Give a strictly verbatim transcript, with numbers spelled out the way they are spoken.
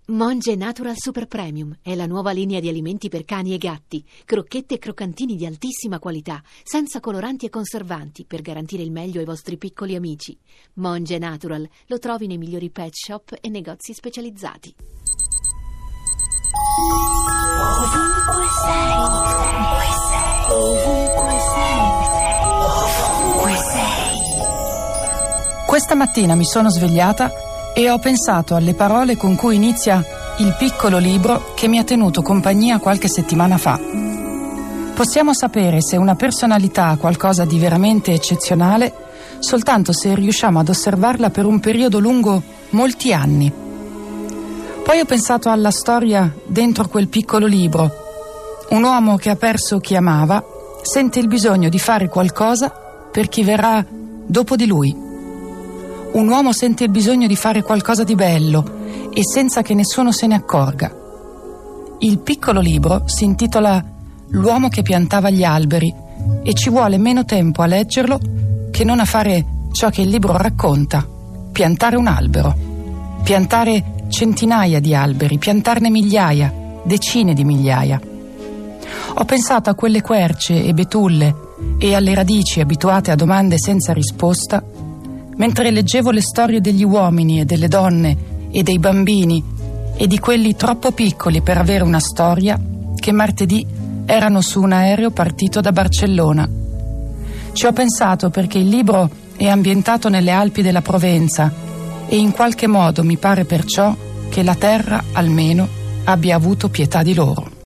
Monge Natural Super Premium è la nuova linea di alimenti per cani e gatti, crocchette e croccantini di altissima qualità, senza coloranti e conservanti, per garantire il meglio ai vostri piccoli amici. Monge Natural lo trovi nei migliori pet shop e negozi specializzati. Ovunque sei, ovunque sei, ovunque sei, ovunque sei. Questa mattina mi sono svegliata e ho pensato alle parole con cui inizia il piccolo libro che mi ha tenuto compagnia qualche settimana fa. Possiamo sapere se una personalità ha qualcosa di veramente eccezionale soltanto se riusciamo ad osservarla per un periodo lungo molti anni. Poi ho pensato alla storia dentro quel piccolo libro. Un uomo che ha perso chi amava sente il bisogno di fare qualcosa per chi verrà dopo di lui. Un uomo sente il bisogno di fare qualcosa di bello e senza che nessuno se ne accorga. Il piccolo libro si intitola L'uomo che piantava gli alberi e ci vuole meno tempo a leggerlo che non a fare ciò che il libro racconta: piantare un albero, piantare centinaia di alberi, piantarne migliaia, decine di migliaia. Ho pensato a quelle querce e betulle e alle radici abituate a domande senza risposta mentre leggevo le storie degli uomini e delle donne e dei bambini e di quelli troppo piccoli per avere una storia che martedì erano su un aereo partito da Barcellona. Ci ho pensato perché il libro è ambientato nelle Alpi della Provenza e in qualche modo mi pare perciò che la terra almeno abbia avuto pietà di loro.